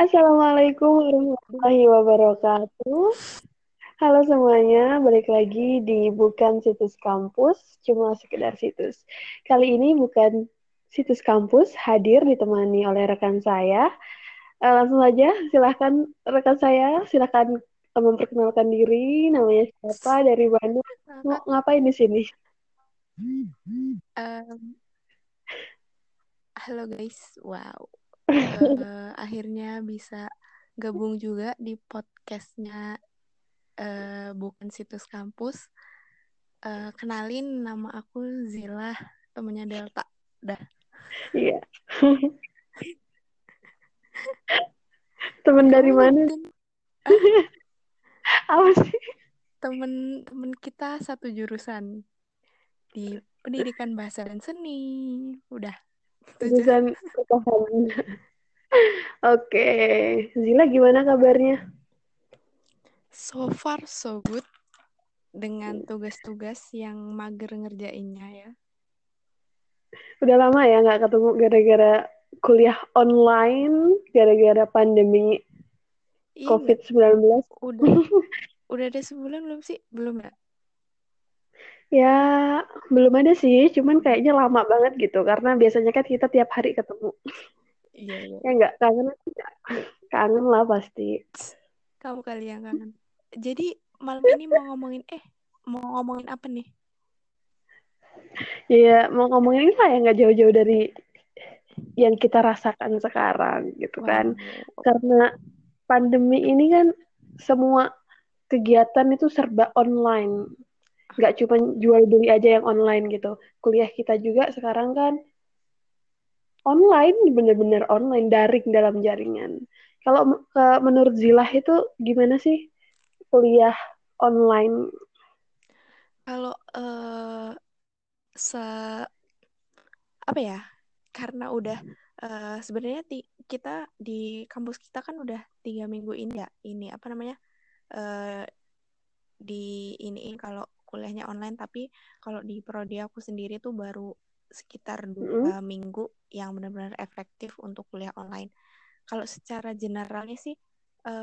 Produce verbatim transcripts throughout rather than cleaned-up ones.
Assalamualaikum warahmatullahi wabarakatuh. Halo semuanya, balik lagi di Bukan Situs Kampus, cuma sekedar situs. Kali ini bukan Situs Kampus, hadir ditemani oleh rekan saya. Eh, langsung aja, silahkan rekan saya, silahkan eh, memperkenalkan diri, namanya siapa, dari Bandung, mau ngapain di sini? Um, halo guys, wow. Eh, akhirnya bisa gabung juga di podcastnya eh, Bukan Situs Kampus. Eh, kenalin, nama aku Zila, temennya Delta. Dah. Iya, teman dari Kamu mana? nyebutin ah Apa sih? temen-temen kita satu jurusan di Pendidikan Bahasa dan Seni. Udah, itu aja. Jurusan pertahanan. Oke, Zila gimana kabarnya? So far so good dengan tugas-tugas yang mager ngerjainnya ya. Udah lama ya nggak ketemu gara-gara kuliah online, gara-gara pandemi Iya nggak? covid sembilan belas. Udah udah ada sebulan belum sih? Belum ya? Ya, belum ada sih, cuman kayaknya lama banget gitu, karena biasanya kan kita tiap hari ketemu. Iya, iya, Ya iya. nggak kangen, kangen lah pasti. Kamu kali yang kangen. Jadi malam ini mau ngomongin, eh, mau ngomongin apa nih? Ya, mau ngomongin ini lah yang nggak jauh-jauh dari yang kita rasakan sekarang gitu kan. Wow. Karena pandemi ini kan semua kegiatan itu serba online. Nggak cuma jual beli aja yang online gitu. Kuliah kita juga sekarang kan online, bener-bener online, daring dalam jaringan. Kalau uh, menurut Zilah itu gimana sih kuliah online? Kalau eh se apa ya? Karena udah eh, sebenarnya ti- kita di kampus kita kan udah tiga minggu ini ya. Ini apa namanya? eh di iniin kalau kuliahnya online, tapi kalau di prodi aku sendiri tuh baru sekitar dua Mm-mm. minggu yang benar-benar efektif untuk kuliah online. Kalau secara generalnya sih eh,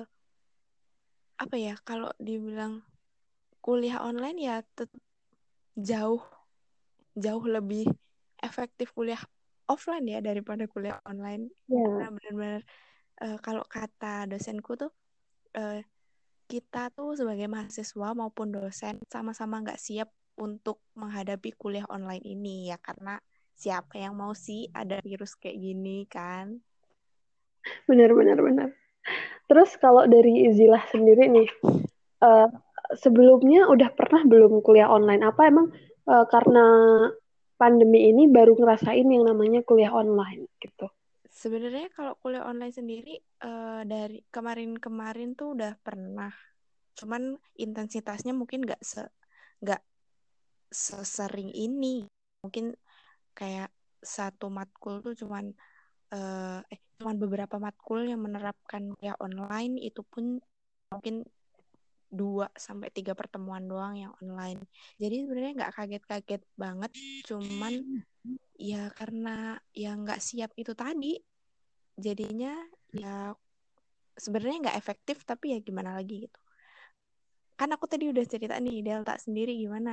apa ya, kalau dibilang kuliah online ya tetap jauh jauh lebih efektif kuliah offline ya daripada kuliah online, karena Ya, benar-benar eh, kalau kata dosenku tuh eh, kita tuh sebagai mahasiswa maupun dosen sama-sama nggak siap untuk menghadapi kuliah online ini ya, karena siapa yang mau sih ada virus kayak gini kan. benar-benar benar. Terus kalau dari Zilah sendiri nih, uh, sebelumnya udah pernah belum kuliah online? Apa emang uh, karena pandemi ini baru ngerasain yang namanya kuliah online gitu? Sebenarnya kalau kuliah online sendiri eh, dari kemarin-kemarin tuh udah pernah, cuman intensitasnya mungkin nggak se nggak sesering ini. Mungkin kayak satu matkul tuh cuman eh, eh cuman beberapa matkul yang menerapkan kuliah online, itu pun mungkin dua sampai tiga pertemuan doang yang online. Jadi sebenarnya nggak kaget-kaget banget, cuman ya karena yang nggak siap itu tadi, jadinya ya sebenarnya nggak efektif, tapi ya gimana lagi gitu. Kan aku tadi udah cerita nih, Delta sendiri gimana?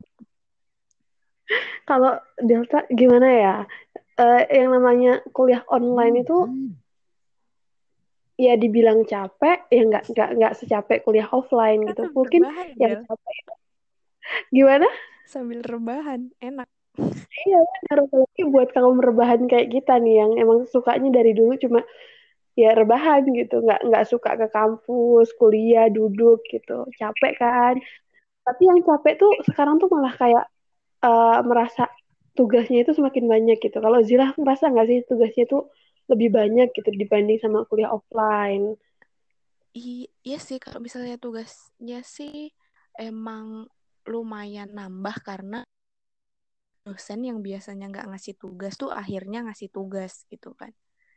Kalau Delta gimana ya? Uh, yang namanya kuliah online itu ya dibilang capek ya nggak nggak nggak secapek kuliah offline Kan gitu, sambil mungkin rebahan, yang Del. capek gimana. Sambil rebahan, enak. Iya benar, apalagi buat kaum rebahan kayak kita nih yang emang sukanya dari dulu cuma ya rebahan gitu, nggak nggak suka ke kampus kuliah duduk gitu, capek kan. Tapi yang capek tuh sekarang tuh malah kayak uh, merasa tugasnya itu semakin banyak gitu. Kalau Zila merasa nggak sih tugasnya itu lebih banyak gitu dibanding sama kuliah offline? I- iya sih, kalau misalnya tugasnya sih emang lumayan nambah, karena dosen yang biasanya nggak ngasih tugas tuh akhirnya ngasih tugas gitu kan.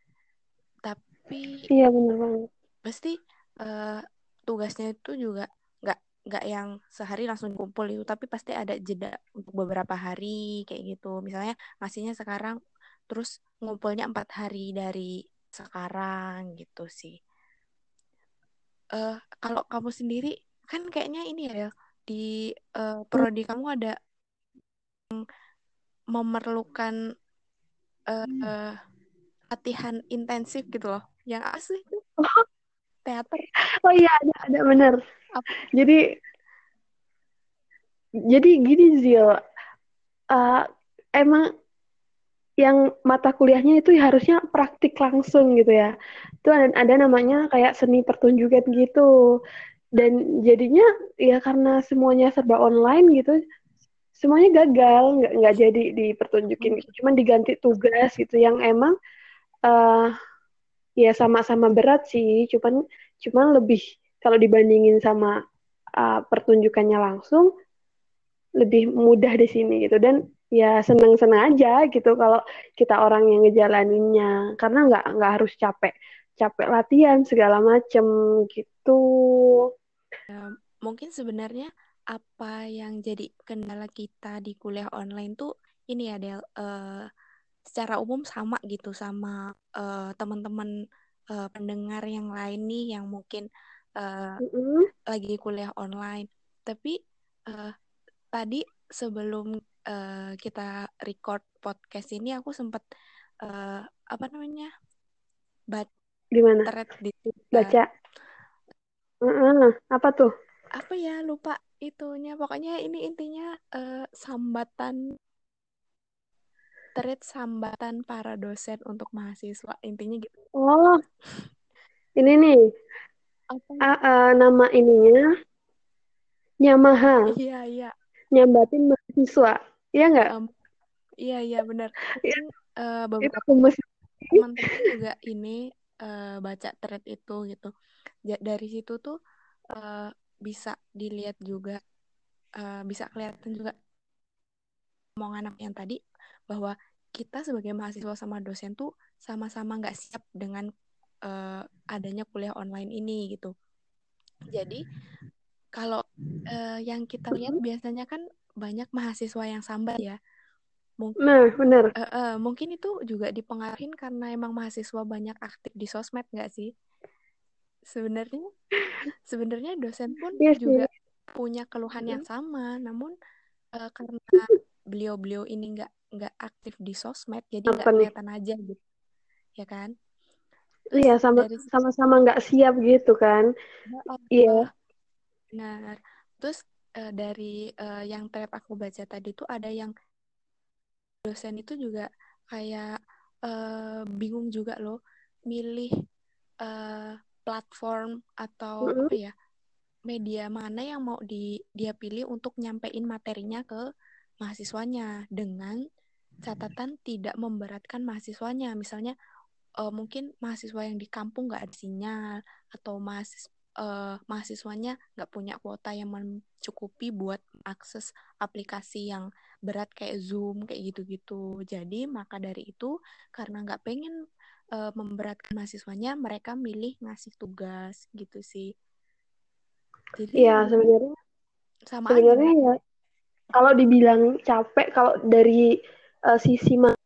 Tapi Iya benar banget. pasti eh, tugasnya itu juga nggak nggak yang sehari langsung kumpul itu, tapi pasti ada jeda untuk beberapa hari kayak gitu. Misalnya ngasihnya sekarang, terus ngumpulnya empat hari dari sekarang gitu sih. uh, kalau kamu sendiri kan kayaknya ini ya Del, di uh, prodi kamu ada memerlukan uh, latihan intensif gitu loh. Yang asli itu teater Oh iya, ada, ada bener. apa? Jadi, jadi gini Zil, uh, emang yang mata kuliahnya itu harusnya praktik langsung gitu ya. Itu ada, ada namanya kayak seni pertunjukan gitu. Dan jadinya ya karena semuanya serba online gitu, semuanya gagal, nggak nggak jadi dipertunjukin Mungkin gitu. Cuman diganti tugas gitu yang emang uh, ya sama-sama berat sih. Cuman cuman lebih kalau dibandingin sama uh, pertunjukannya langsung lebih mudah di sini gitu dan ya seneng-seneng aja gitu kalau kita orang yang ngejalaninnya karena nggak nggak harus capek capek latihan segala macem gitu. mungkin sebenarnya apa yang jadi kendala kita di kuliah online tuh ini ya Del, uh, secara umum sama gitu sama uh, teman-teman uh, pendengar yang lain nih yang mungkin uh, Mm-mm. lagi kuliah online. Tapi uh, tadi sebelum uh, kita record podcast ini aku sempat uh, apa namanya baca Gimana thread di Twitter. baca. Mm-mm. Apa tuh? Apa ya lupa itunya. Pokoknya ini intinya uh, sambatan thread sambatan para dosen untuk mahasiswa intinya gitu. Oh, ini nih Apa ya? A- a- nama ininya Yamaha Iya iya. nyambatin mahasiswa, iya Ya nggak? ampun. Iya iya benar. Ya, Mungkin uh, itu beberapa gemes. teman-teman juga ini uh, baca thread itu gitu. Ja- dari situ tuh uh, bisa dilihat juga, uh, bisa kelihatan juga omongan aku yang tadi bahwa kita sebagai mahasiswa sama dosen tuh sama-sama nggak siap dengan uh, adanya kuliah online ini gitu. Jadi kalau uh, yang kita lihat biasanya kan banyak mahasiswa yang sambat ya. Mungkin Nah, bener. uh, uh, mungkin itu juga dipengaruhi karena emang mahasiswa banyak aktif di sosmed nggak sih? Sebenarnya sebenarnya dosen pun Iya sih. juga punya keluhan yang sama, namun uh, karena beliau-beliau ini nggak nggak aktif di sosmed, jadi nggak Apa nih? kelihatan aja gitu, ya kan? Terus Iya, sama dari sama-sama nggak siap gitu kan. uh, Iya. uh, benar. Terus uh, dari uh, yang thread aku baca tadi tuh ada yang dosen itu juga kayak uh, bingung juga loh, milih uh, platform atau Mm-mm. apa ya? Media mana yang mau di, dia pilih untuk nyampein materinya ke mahasiswanya dengan catatan tidak memberatkan mahasiswanya. Misalnya uh, mungkin mahasiswa yang di kampung nggak ada sinyal atau mahasiswa uh, mahasiswanya nggak punya kuota yang mencukupi buat akses aplikasi yang berat kayak Zoom kayak gitu-gitu. Jadi maka dari itu karena nggak pengen uh, memberatkan mahasiswanya, mereka milih ngasih tugas gitu sih. Jadi Iya, sebenarnya sebenarnya sama sebenarnya aja. ya kalau dibilang capek kalau dari uh, sisi ma-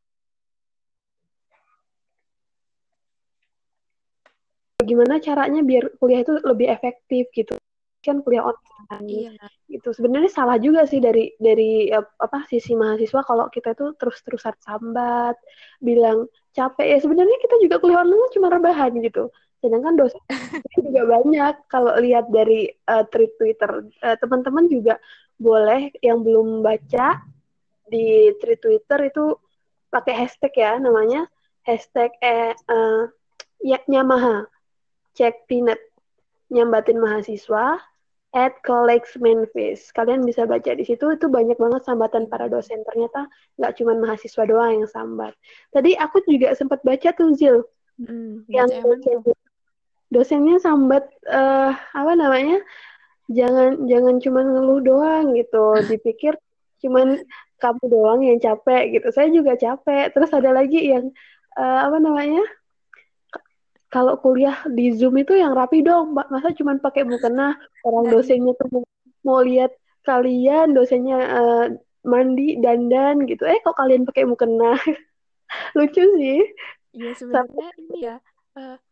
gimana caranya biar kuliah itu lebih efektif gitu kan kuliah online Iya, gitu sebenarnya salah juga sih dari dari uh, apa sisi mahasiswa kalau kita itu terus-terusan sambat bilang capek ya sebenarnya kita juga kuliah online cuma rebahan gitu sedangkan dosen juga banyak kalau lihat dari uh, tweet Twitter uh, teman-teman juga boleh yang belum baca di tweet Twitter itu pakai hashtag ya namanya hashtag eh, uh, ya, Yamaha cek Pinet nyambatin mahasiswa at colleagues Memphis. Kalian bisa baca di situ itu banyak banget sambatan para iya. dosen. Ternyata nggak cuma mahasiswa doang yang sambat. Tadi aku juga sempat baca tuh Zil Mm, yang baca yang mana dosen tuh? dosennya sambat uh, apa namanya jangan jangan cuma ngeluh doang gitu dipikir cuman kamu doang yang capek gitu saya juga capek terus ada lagi yang uh, apa namanya kalau kuliah di Zoom itu yang rapi dong Mbak masa cuma pakai mukena orang Nah, iya. dosennya tuh mau, mau lihat kalian dosennya uh, mandi dandan gitu eh kok kalian pakai mukena lucu sih Iya sampai sebenarnya ini ya, eh,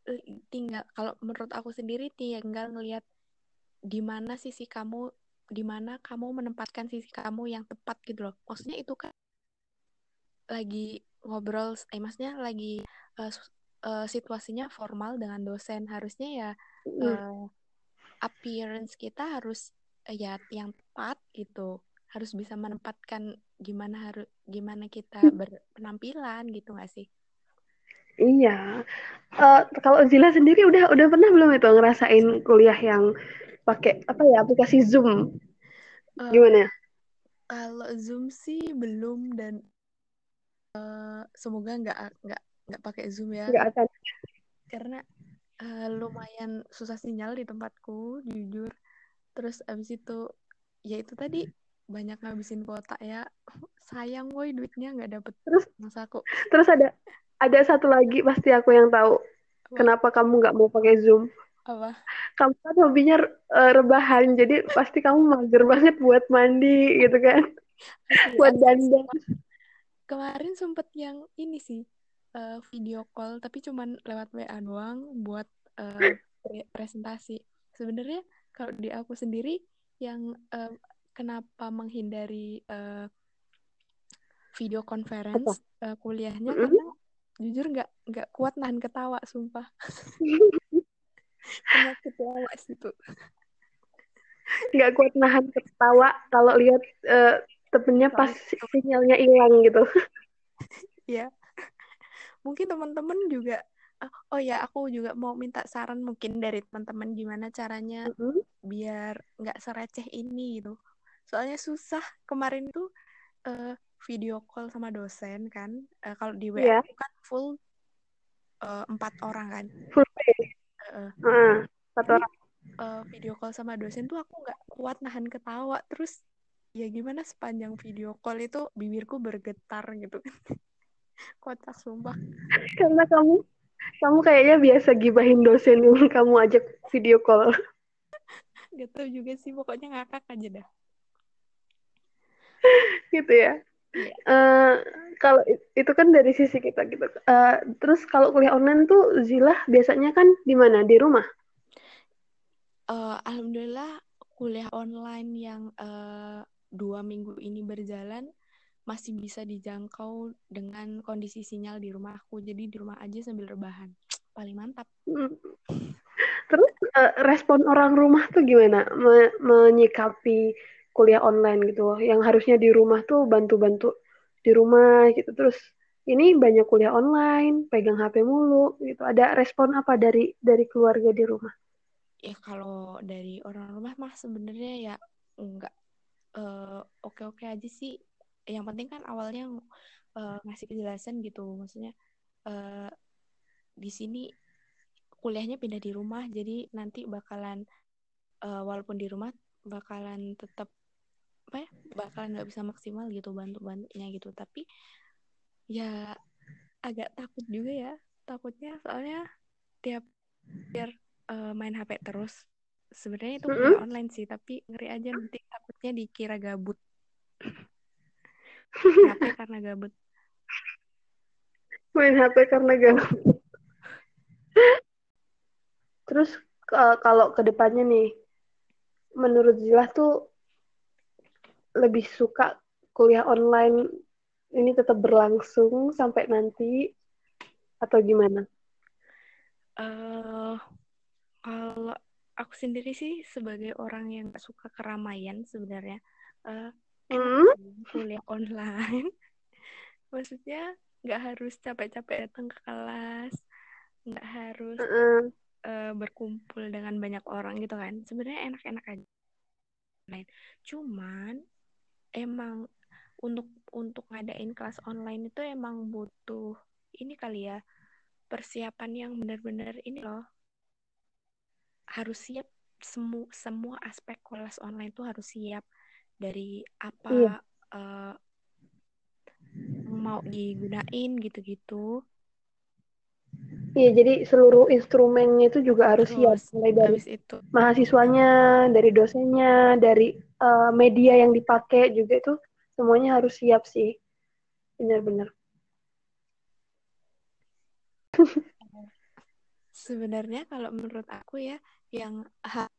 tinggal kalau menurut aku sendiri tinggal ngelihat di mana sisi kamu, di mana kamu menempatkan sisi kamu yang tepat gitu loh. Maksudnya itu kan lagi ngobrol, eh maksudnya lagi uh, uh, situasinya formal dengan dosen, harusnya ya Hmm. uh, appearance kita harus uh, ya yang tepat gitu, harus bisa menempatkan gimana harus gimana kita berpenampilan gitu nggak sih? Iya. Uh, kalau Zila sendiri udah udah pernah belum itu ngerasain kuliah yang pakai apa ya aplikasi Zoom? Uh, Gimana? kalau Zoom sih belum, dan uh, semoga nggak nggak nggak pakai Zoom ya, Nggak akan. karena uh, lumayan susah sinyal di tempatku jujur. Terus abis itu ya itu tadi banyak ngabisin kuota ya, sayang woi duitnya nggak dapet Terus masaku. terus ada ada satu lagi pasti aku yang tahu Apa kenapa kamu nggak mau pakai Zoom. apa Kamu kan hobinya uh, rebahan, jadi pasti kamu mager banget buat mandi gitu kan, asli buat asli dandan. sumpah. Kemarin sempet yang ini sih, uh, video call tapi cuman lewat W A doang buat uh, pre- presentasi. Sebenarnya kalau di aku sendiri yang uh, kenapa menghindari uh, video Apa? conference uh, kuliahnya, Mm-mm. karena jujur nggak nggak kuat nahan ketawa sumpah. Penyakit lama situ. Nggak kuat nahan ketawa kalau lihat uh, temennya pas Soalnya sinyalnya hilang gitu. ya mungkin teman-teman juga, ah, oh ya aku juga mau minta saran mungkin dari teman-teman gimana caranya Mm-mm. biar nggak sereceh ini gitu. Soalnya susah kemarin tuh uh, video call sama dosen kan. Uh, kalau di W A Iya, aku kan full uh, empat orang kan. full pay. Uh, Heeh, satu jadi orang. uh, video call sama dosen tuh aku nggak kuat nahan ketawa. Terus ya gimana sepanjang video call itu bibirku bergetar gitu. Kocak sumpah. Karena kamu kamu kayaknya biasa gibahin dosen yang kamu ajak video call. Gak tau juga sih, pokoknya ngakak aja dah. Gitu ya. Iya. Eh, kalau itu kan dari sisi kita gitu. Eh, terus kalau kuliah online tuh Zila biasanya kan di mana? Di rumah? Uh, Alhamdulillah kuliah online yang uh, dua minggu ini berjalan masih bisa dijangkau dengan kondisi sinyal di rumahku. Jadi di rumah aja sambil rebahan. Paling mantap. Hmm. Terus eh, respon orang rumah tuh gimana? Me- menyikapi kuliah online gitu, yang harusnya di rumah tuh bantu-bantu di rumah gitu. Terus ini banyak kuliah online, pegang H P mulu gitu. Ada respon apa dari dari keluarga di rumah? Ya kalau dari orang rumah mah sebenarnya ya enggak, uh, oke-oke aja sih. Yang penting kan awalnya uh, ngasih kejelasan gitu. Maksudnya uh, di sini kuliahnya pindah di rumah, jadi nanti bakalan uh, walaupun di rumah bakalan tetap apa ya, bakalan nggak bisa maksimal gitu bantu-bantunya gitu. Tapi ya agak takut juga ya, takutnya soalnya tiap biar uh, main H P terus. Sebenarnya itu kuliah Mm-mm. online sih, tapi ngeri aja nanti takutnya dikira gabut. Main H P karena gabut. Main H P karena gak. Terus eh, kalau ke depannya nih, menurut Zila tuh lebih suka kuliah online ini tetap berlangsung sampai nanti atau gimana? uh, Kalau aku sendiri sih sebagai orang yang gak suka keramaian sebenarnya, uh, enak Hmm? sih kuliah online. Maksudnya nggak harus capek-capek datang ke kelas, nggak harus Uh-uh. uh, berkumpul dengan banyak orang gitu kan. Sebenarnya enak-enak aja online. Cuman emang untuk untuk ngadain kelas online itu emang butuh ini kali ya, persiapan yang benar-benar ini loh, harus siap. Semua semua aspek kelas online tuh harus siap, dari Iya. apa uh, yang mau digunain gitu-gitu. Iya, jadi seluruh instrumennya itu juga harus siap, Terus mulai dari abis itu mahasiswanya, dari dosennya, dari uh, media yang dipakai juga itu semuanya harus siap sih, benar-benar. sebenarnya kalau menurut aku ya, yang harus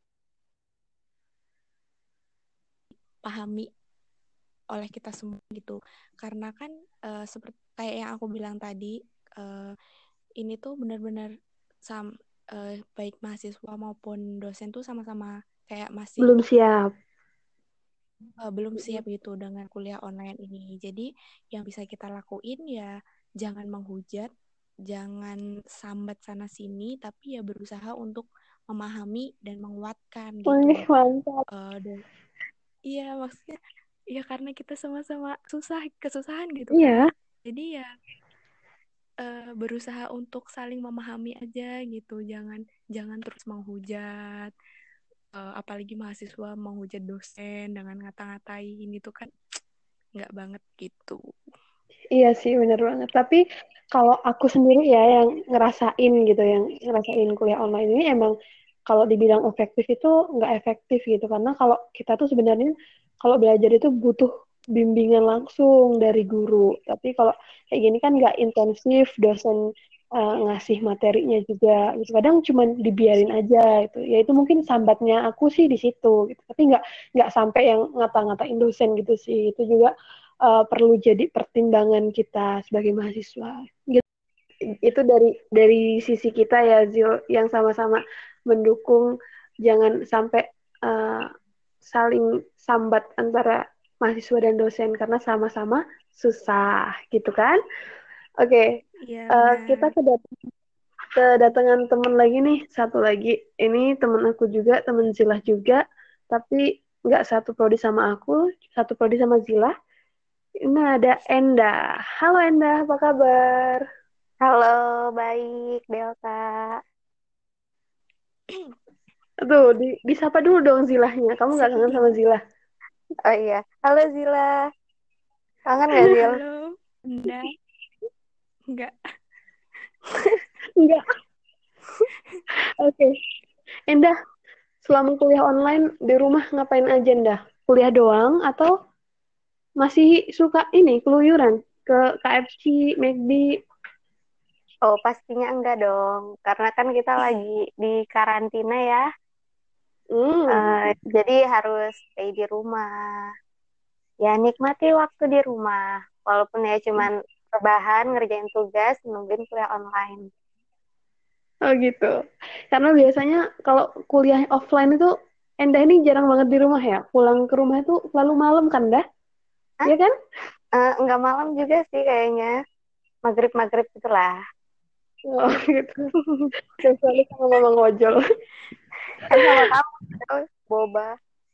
pahami oleh kita semua gitu. Karena kan uh, seperti kayak yang aku bilang tadi, uh, ini tuh benar-benar sam uh, baik mahasiswa maupun dosen tuh sama-sama kayak masih Belum siap. uh, belum siap gitu dengan kuliah online ini. Jadi yang bisa kita lakuin ya jangan menghujat, jangan sambat sana sini, tapi ya berusaha untuk memahami dan menguatkan Wih, gitu. mantap. Uh, dan iya maksudnya ya karena kita sama-sama susah kesusahan gitu kan. Iya. Jadi ya uh, berusaha untuk saling memahami aja gitu. Jangan jangan terus menghujat. Uh, apalagi mahasiswa menghujat dosen dengan ngata-ngatain itu kan nggak banget gitu. Iya sih, bener banget. Tapi kalau aku sendiri ya yang ngerasain gitu, yang ngerasain kuliah online ini emang kalau dibilang efektif itu nggak efektif gitu. Karena kalau kita tuh sebenarnya kalau belajar itu butuh bimbingan langsung dari guru. Tapi kalau kayak gini kan nggak intensif, dosen uh, ngasih materinya juga. Gitu. Kadang cuma dibiarin aja itu. Ya itu mungkin sambatnya aku sih di situ. Gitu. Tapi nggak nggak sampai yang ngata-ngatain dosen gitu sih. Itu juga uh, perlu jadi pertimbangan kita sebagai mahasiswa. Gitu. Itu dari dari sisi kita ya Zil yang sama-sama mendukung jangan sampai uh, saling sambat antara mahasiswa dan dosen karena sama-sama susah gitu kan. Oke, okay. Iya uh, kita benar. kedat- kedatangan teman lagi nih, satu lagi. Ini teman aku juga, teman Zilah juga, tapi nggak satu prodi sama aku, satu prodi sama Zilah. Ini ada Enda. Halo Enda, apa kabar? Halo, baik, Delta. Tuh, di, disapa dulu dong Zilahnya. Kamu nggak kangen sama Zilah? Oh iya, halo Zila. Kangen gak, Zil? Halo, Bunda. Enggak. Enggak. Oke. Okay. Enda, selama kuliah online di rumah ngapain aja Enda? Kuliah doang atau masih suka ini keluyuran ke K F C, McD? Oh, pastinya enggak dong. Karena kan kita lagi di karantina ya. Hmm. Eh, jadi harus stay di rumah. Ya, nikmati waktu di rumah. Walaupun ya cuman rebahan, ngerjain tugas, nungguin kuliah online. Oh gitu. Karena biasanya kalau kuliah offline itu Enda ini jarang banget di rumah ya. Pulang ke rumah itu selalu malam kan, dah? Hah? Iya kan? Eh, enggak malam juga sih kayaknya. Maghrib-maghrib itulah. Oh gitu. Kecuali sama mama ngojol. Kan sama kamu, boba.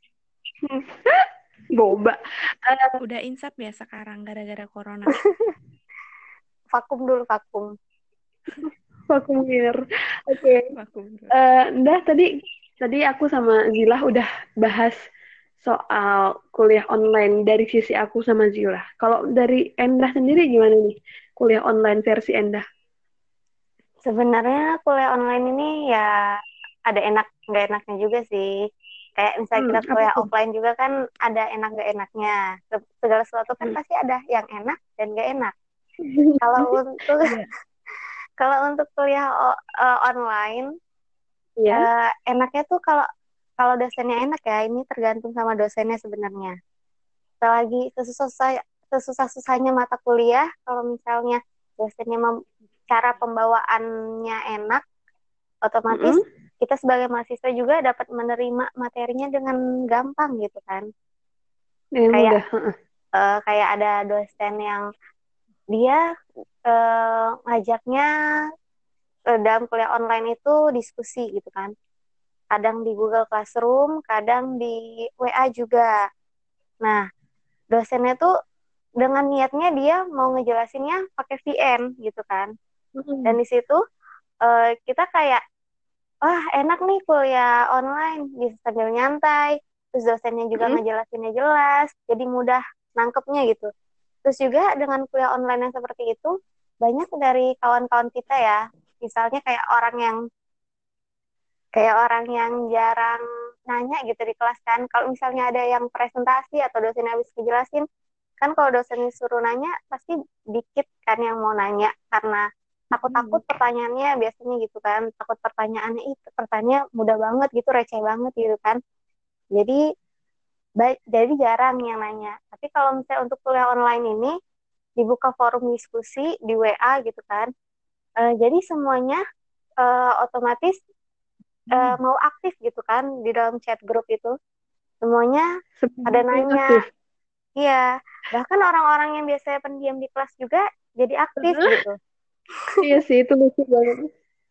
Boba. Uh, Udah insap ya sekarang gara-gara corona. Vakum dulu, vakum. vacuum cleaner. Oke. Okay. Vakum. Uh, dah tadi tadi aku sama Zilah udah bahas soal kuliah online dari sisi aku sama Zilah. Kalau dari Endah sendiri gimana nih kuliah online versi Endah? Sebenarnya kuliah online ini ya ada enak nggak enaknya juga sih. Kayak misalnya Hmm, kita apa kuliah tuh? offline juga kan ada enak nggak enaknya. Segala sesuatu kan Hmm. pasti ada yang enak dan nggak enak. Kalau untuk yeah. kalau untuk kuliah o- uh, online, Yeah. uh, enaknya tuh kalau kalau dosennya enak ya, ini tergantung sama dosennya sebenarnya. Selagi sesusah sesusah susahnya mata kuliah, kalau misalnya dosennya mem- cara pembawaannya enak, otomatis Mm-mm. kita sebagai mahasiswa juga dapat menerima materinya dengan gampang gitu kan. Dengan Kayak mudah. Uh-uh. uh, kayak ada dosen yang dia uh, ngajaknya uh, dalam kuliah online itu diskusi gitu kan. Kadang di Google Classroom, kadang di W A juga. Nah, dosennya tuh dengan niatnya dia mau ngejelasinnya pakai V N gitu kan. Dan Mm-mm. di situ uh, kita kayak wah enak nih kuliah online bisa sambil nyantai terus dosennya juga Mm-mm. ngejelasinnya jelas jadi mudah nangkepnya gitu terus juga dengan kuliah online yang seperti itu banyak dari kawan-kawan kita ya misalnya kayak orang yang kayak orang yang jarang nanya gitu di kelas kan kalau misalnya ada yang presentasi atau dosen habis ngejelasin kan kalau dosen disuruh nanya pasti dikit kan yang mau nanya karena takut-takut pertanyaannya biasanya gitu kan, takut pertanyaannya itu pertanyaan mudah banget gitu, receh banget gitu kan. Jadi ba- jadi jarang yang nanya. Tapi kalau misalnya untuk kuliah online ini dibuka forum diskusi di W A gitu kan. Eh, jadi semuanya eh, otomatis eh, mau aktif gitu kan di dalam chat grup itu. Semuanya ada Sebenarnya nanya. aktif. Iya, bahkan orang-orang yang biasanya pendiam di kelas juga jadi aktif gitu. Iya sih, itu lucu banget.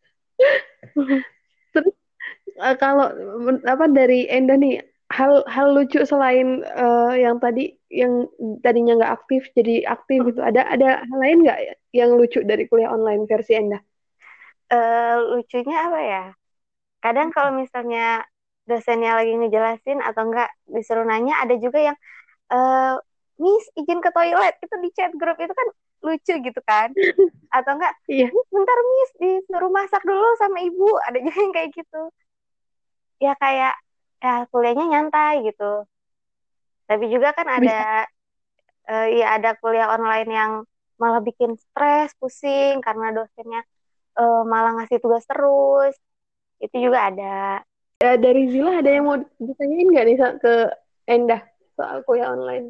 Terus eh, kalau men- apa dari Enda nih, hal hal lucu selain eh, yang tadi yang tadinya nggak aktif jadi aktif gitu. Ada ada hal lain nggak yang lucu dari kuliah online versi Enda? Eh, lucunya apa ya? Kadang kalau misalnya dosennya lagi ngejelasin atau enggak disuruh nanya, ada juga yang eh Miss izin ke toilet itu di chat grup itu kan lucu gitu kan? Atau enggak, Iya. Miss bentar Miss disuruh masak dulu sama ibu, ada juga yang kayak gitu. Ya kayak ya kuliahnya nyantai gitu. Tapi juga kan ada Bisa. eh, ya ada kuliah online yang malah bikin stres, pusing karena dosennya eh, malah ngasih tugas terus. Itu juga ada. Eh, dari Zila ada yang mau ditanyain nggak nih Sa- ke Enda soal kuliah online?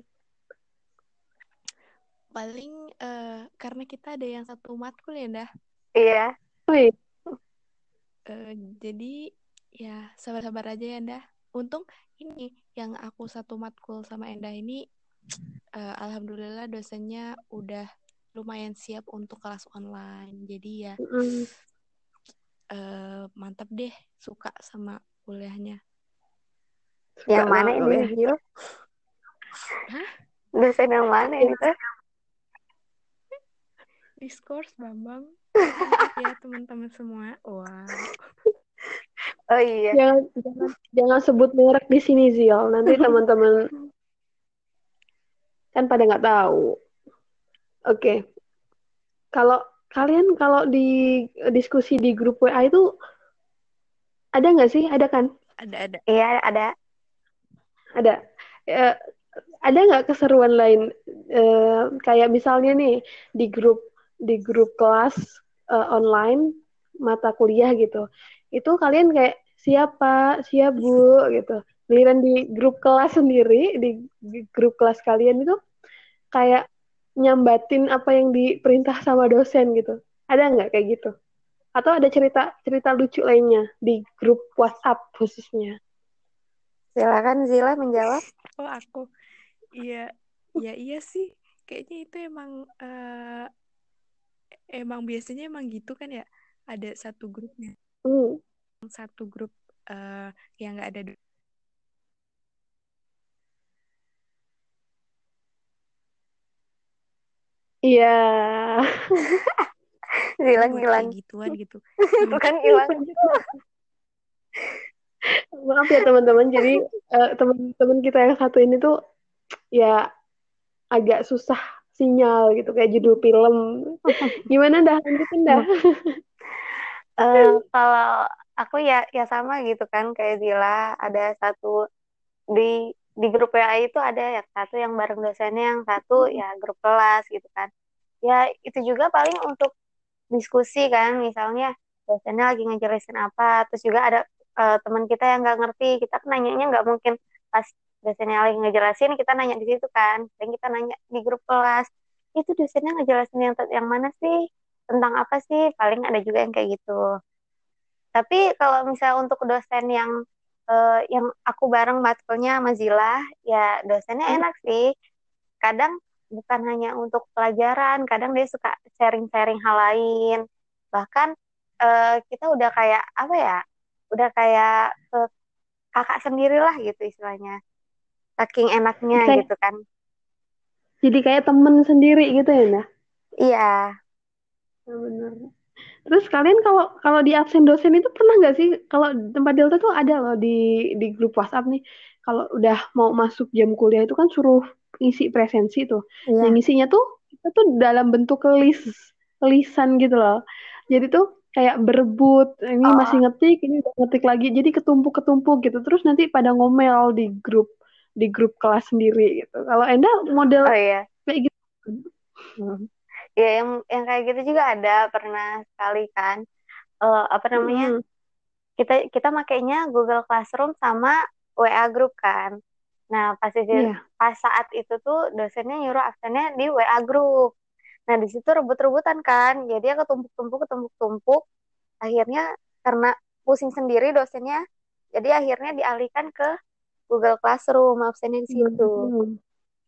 Paling eh, karena kita ada yang satu matkul ya, Dah. Iya. Oh iya. Eh, jadi ya sabar-sabar aja ya, Dah. Untung ini yang aku satu matkul sama Endah ini, eh, alhamdulillah dosennya udah lumayan siap untuk kelas online. Jadi ya Mm. eh, mantap deh, suka sama kuliahnya. Suka Yang mana sama ini kuliah. Zil? Hah? Dosen yang mana ini tuh? Diskurs Bambang. Maaf ya teman-teman semua. Wow. Oh iya. Jangan, jangan, jangan sebut merek di sini Zil. Nanti teman-teman kan pada nggak tahu. Oke. Kalau kalian kalau di diskusi di grup W A itu ada nggak sih? Ada kan? Ada-ada. Iya, ada. Ada. Eh, ada nggak keseruan lain? Eh, kayak misalnya nih di grup di grup kelas eh, online mata kuliah gitu. Itu kalian kayak siapa, siap Bu gitu. Giliran di grup kelas sendiri, di, di grup kelas kalian itu kayak nyambatin apa yang diperintah sama dosen gitu. Ada nggak kayak gitu? Atau ada cerita-cerita lucu lainnya di grup WhatsApp khususnya? Silakan Zila menjawab. Oh aku. Iya, ya iya sih. Kayaknya itu emang eh, emang biasanya emang gitu kan ya. Ada satu grupnya, Hmm. satu grup eh, yang nggak ada. Iya. Zila buat ngilang. kayak gituan gitu. Itu kan hilang. Maaf ya teman-teman. Jadi eh, teman-teman kita yang satu ini tuh ya agak susah sinyal gitu kayak judul film. Gimana dah lanjutin dah. Eh, kalau aku ya ya sama gitu kan kayak Zila, ada satu di di grup W A itu ada yang satu yang bareng dosennya, yang satu ya grup kelas gitu kan. Ya itu juga paling untuk diskusi kan, misalnya dosennya lagi ngejelasin apa, terus juga ada eh, teman kita yang nggak ngerti, kita kan nanyanya nggak mungkin pas dosennya lagi ngejelasin kita nanya di situ kan, dan kita nanya di grup kelas, itu dosennya ngejelasin yang yang mana sih, tentang apa sih, paling ada juga yang kayak gitu. Tapi kalau misalnya untuk dosen yang eh, yang aku bareng matkulnya sama Zila, ya dosennya enak sih. Kadang bukan hanya untuk pelajaran, kadang dia suka sharing-sharing hal lain. Bahkan eh, kita udah kayak apa ya? Udah kayak eh, kakak sendirilah gitu istilahnya. Saking enaknya Kayak gitu kan. jadi kayak temen sendiri gitu ya, nah. Iya. Nah, bener. Terus kalian kalau kalau di absen dosen itu pernah nggak sih kalau tempat Delta tuh ada loh di di grup WhatsApp nih kalau udah mau masuk jam kuliah itu kan suruh isi presensi tuh. Yang Iya. ngisinya tuh itu tuh dalam bentuk list lisan gitu loh. Jadi tuh kayak berebut ini masih Oh, ngetik ini udah ngetik lagi jadi ketumpuk-ketumpuk gitu. Terus nanti pada ngomel di grup di grup kelas sendiri gitu. Kalau Enda model oh iya. kayak gitu. Hmm. Ya yang yang kayak gitu juga ada pernah sekali kan. Eh, apa namanya? Mm-mm. Kita kita makainya Google Classroom sama W A Group kan. Nah, pas di- Iya. pas saat itu tuh dosennya nyuruh absennya di W A Group. Nah, di situ rebut-rebutan kan. Jadi ya ketumpuk-tumpuk, ketumpuk-tumpuk. Akhirnya karena pusing sendiri dosennya, jadi akhirnya dialihkan ke Google Classroom, absennya di situ. Hmm,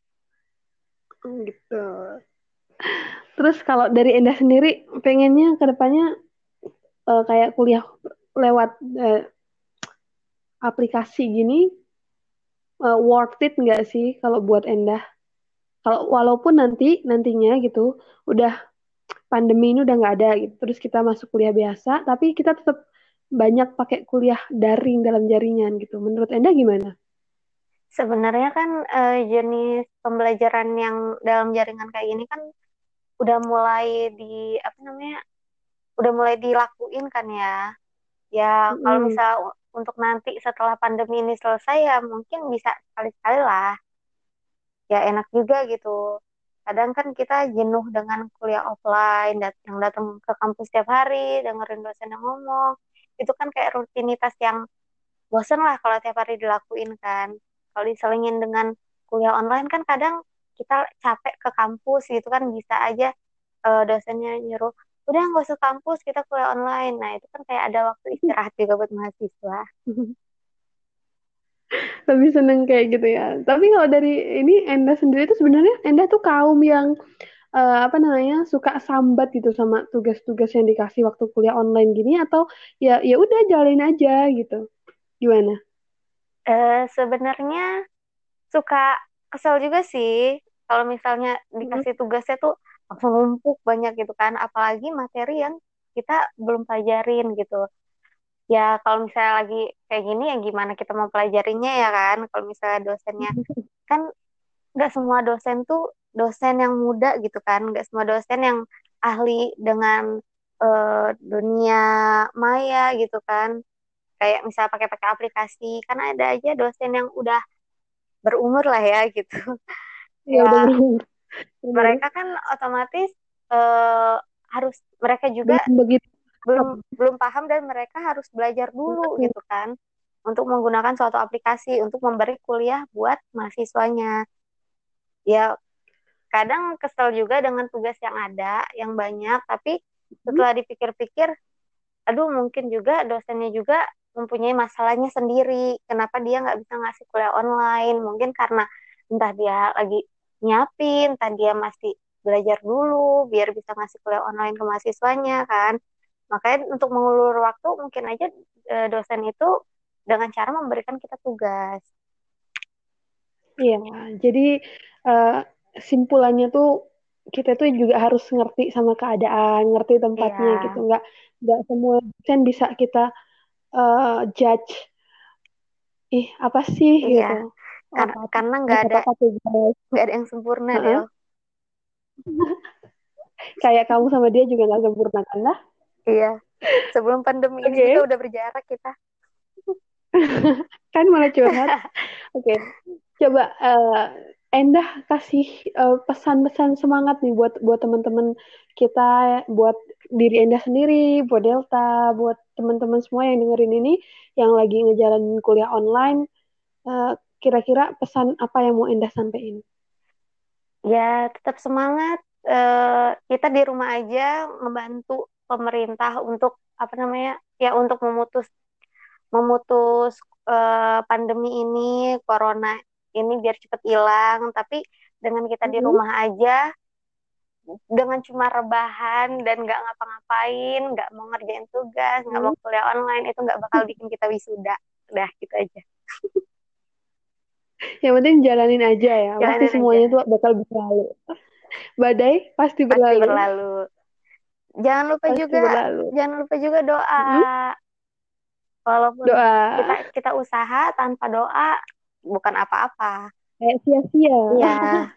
gitu. Terus kalau dari Endah sendiri, pengennya ke depannya eh, kayak kuliah lewat eh, aplikasi gini, eh, worth it nggak sih kalau buat Endah? Kalau walaupun nanti nantinya gitu, udah pandemi ini udah nggak ada gitu, terus kita masuk kuliah biasa, tapi kita tetap banyak pakai kuliah daring dalam jaringan gitu. Menurut Endah gimana? Sebenarnya kan eh, jenis pembelajaran yang dalam jaringan kayak gini kan udah mulai di apa namanya? Udah mulai dilakuin kan ya. Ya kalau Mm-mm. misal u- untuk nanti setelah pandemi ini selesai ya mungkin bisa sekali-sekali lah. Ya enak juga gitu. Kadang kan kita jenuh dengan kuliah offline, dat- yang datang ke kampus setiap hari, dengerin dosen yang ngomong. Itu kan kayak rutinitas yang bosen lah kalau tiap hari dilakuin kan. Kalau diselingin dengan kuliah online kan kadang kita capek ke kampus gitu kan bisa aja eh, dosennya nyuruh, udah nggak usah kampus, kita kuliah online. Nah itu kan kayak ada waktu istirahat juga buat mahasiswa. Lebih seneng kayak gitu ya. Tapi kalau dari ini Endah sendiri itu sebenarnya Endah tuh kaum yang eh, apa namanya suka sambat gitu sama tugas-tugas yang dikasih waktu kuliah online gini atau ya ya udah jalin aja gitu. Gimana? Eh, sebenarnya suka kesel juga sih kalau misalnya Mm, dikasih tugasnya tuh langsung numpuk banyak gitu kan, apalagi materi yang kita belum pelajarin gitu. Ya kalau misalnya lagi kayak gini ya gimana kita mau pelajarinya ya kan, kalau misalnya dosennya kan nggak semua dosen tuh dosen yang muda gitu kan, nggak semua dosen yang ahli dengan eh, dunia maya gitu kan, kayak misalnya pakai-pakai aplikasi kan ada aja dosen yang udah berumur lah ya gitu. ya udah Ya berumur. Benar. mereka kan otomatis eh, harus mereka juga Belum begitu. belum belum paham dan mereka harus belajar dulu gitu kan untuk menggunakan suatu aplikasi untuk memberi kuliah buat mahasiswanya. Ya kadang kesel juga dengan tugas yang ada yang banyak, tapi setelah dipikir-pikir, aduh mungkin juga dosennya juga mempunyai masalahnya sendiri. Kenapa dia nggak bisa ngasih kuliah online? Mungkin karena entah dia lagi nyiapin, entah dia masih belajar dulu biar bisa ngasih kuliah online ke mahasiswanya kan. Makanya untuk mengulur waktu mungkin aja eh, dosen itu dengan cara memberikan kita tugas. Iya, jadi eh, simpulannya tuh kita tuh juga harus ngerti sama keadaan, ngerti Iya, tempatnya gitu. Nggak nggak semua dosen bisa kita eh, judge. Ih, apa sih iya. gitu. Karena Apa karena nggak apa ada apa tugas. nggak ada yang sempurna Heeh. Del. Kayak kamu sama dia juga nggak sempurna kan lah. Iya. Sebelum pandemi ini juga Oke, udah berjarak kita. kan malah curhat. Oke, coba eh, Endah kasih eh, pesan-pesan semangat nih buat buat teman-teman kita, buat diri Endah sendiri, buat Delta, buat teman-teman semua yang dengerin ini, yang lagi ngejalanin kuliah online. Eh, kira-kira pesan apa yang mau Endah sampaikan? Ya, tetap semangat. Eh, kita di rumah aja ngebantu pemerintah untuk apa namanya? Ya untuk memutus memutus eh, pandemi ini, corona ini biar cepet hilang. Tapi dengan kita di Mhm. rumah aja, dengan cuma rebahan dan nggak ngapa-ngapain, nggak mau ngerjain tugas, nggak mau kuliah online, itu nggak bakal bikin kita wisuda. Udah gitu aja. Yang penting jalanin aja ya, pasti Jalanin semuanya aja. tuh bakal berlalu. Badai pasti Pasti berlalu, berlalu. Jangan lupa pasti juga, berlalu. jangan lupa juga doa. Mhm. Walaupun kita Doa kita usaha tanpa doa bukan apa-apa. kayak sia-sia. Iya,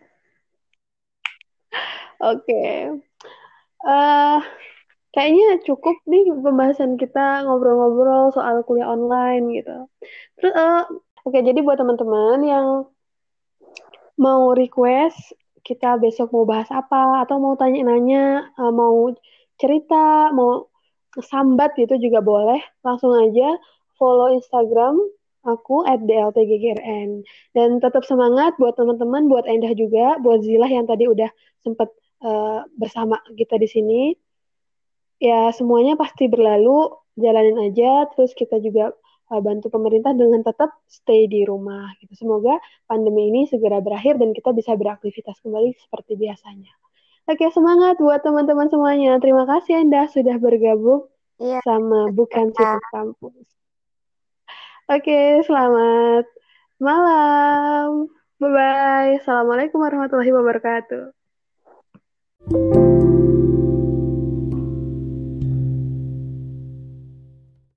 Oke. eh Kayaknya cukup nih pembahasan kita ngobrol-ngobrol soal kuliah online gitu. Terus, eh, oke, jadi buat teman-teman yang mau request kita besok mau bahas apa, atau mau tanya-nanya, uh, mau cerita, mau sambat gitu juga boleh. Langsung aja follow Instagram aku at d l t g g r n. Dan tetap semangat buat teman-teman, buat Endah juga, buat Zilah yang tadi udah sempat uh, bersama kita di sini. Ya semuanya pasti berlalu, jalanin aja, terus kita juga uh, bantu pemerintah dengan tetap stay di rumah. Gitu. Semoga pandemi ini segera berakhir dan kita bisa beraktivitas kembali seperti biasanya. Oke, semangat buat teman-teman semuanya. Terima kasih Anda sudah bergabung Iya, sama Bukan Kak. Situs Kampus. Oke, selamat malam. Bye-bye. Assalamualaikum warahmatullahi wabarakatuh.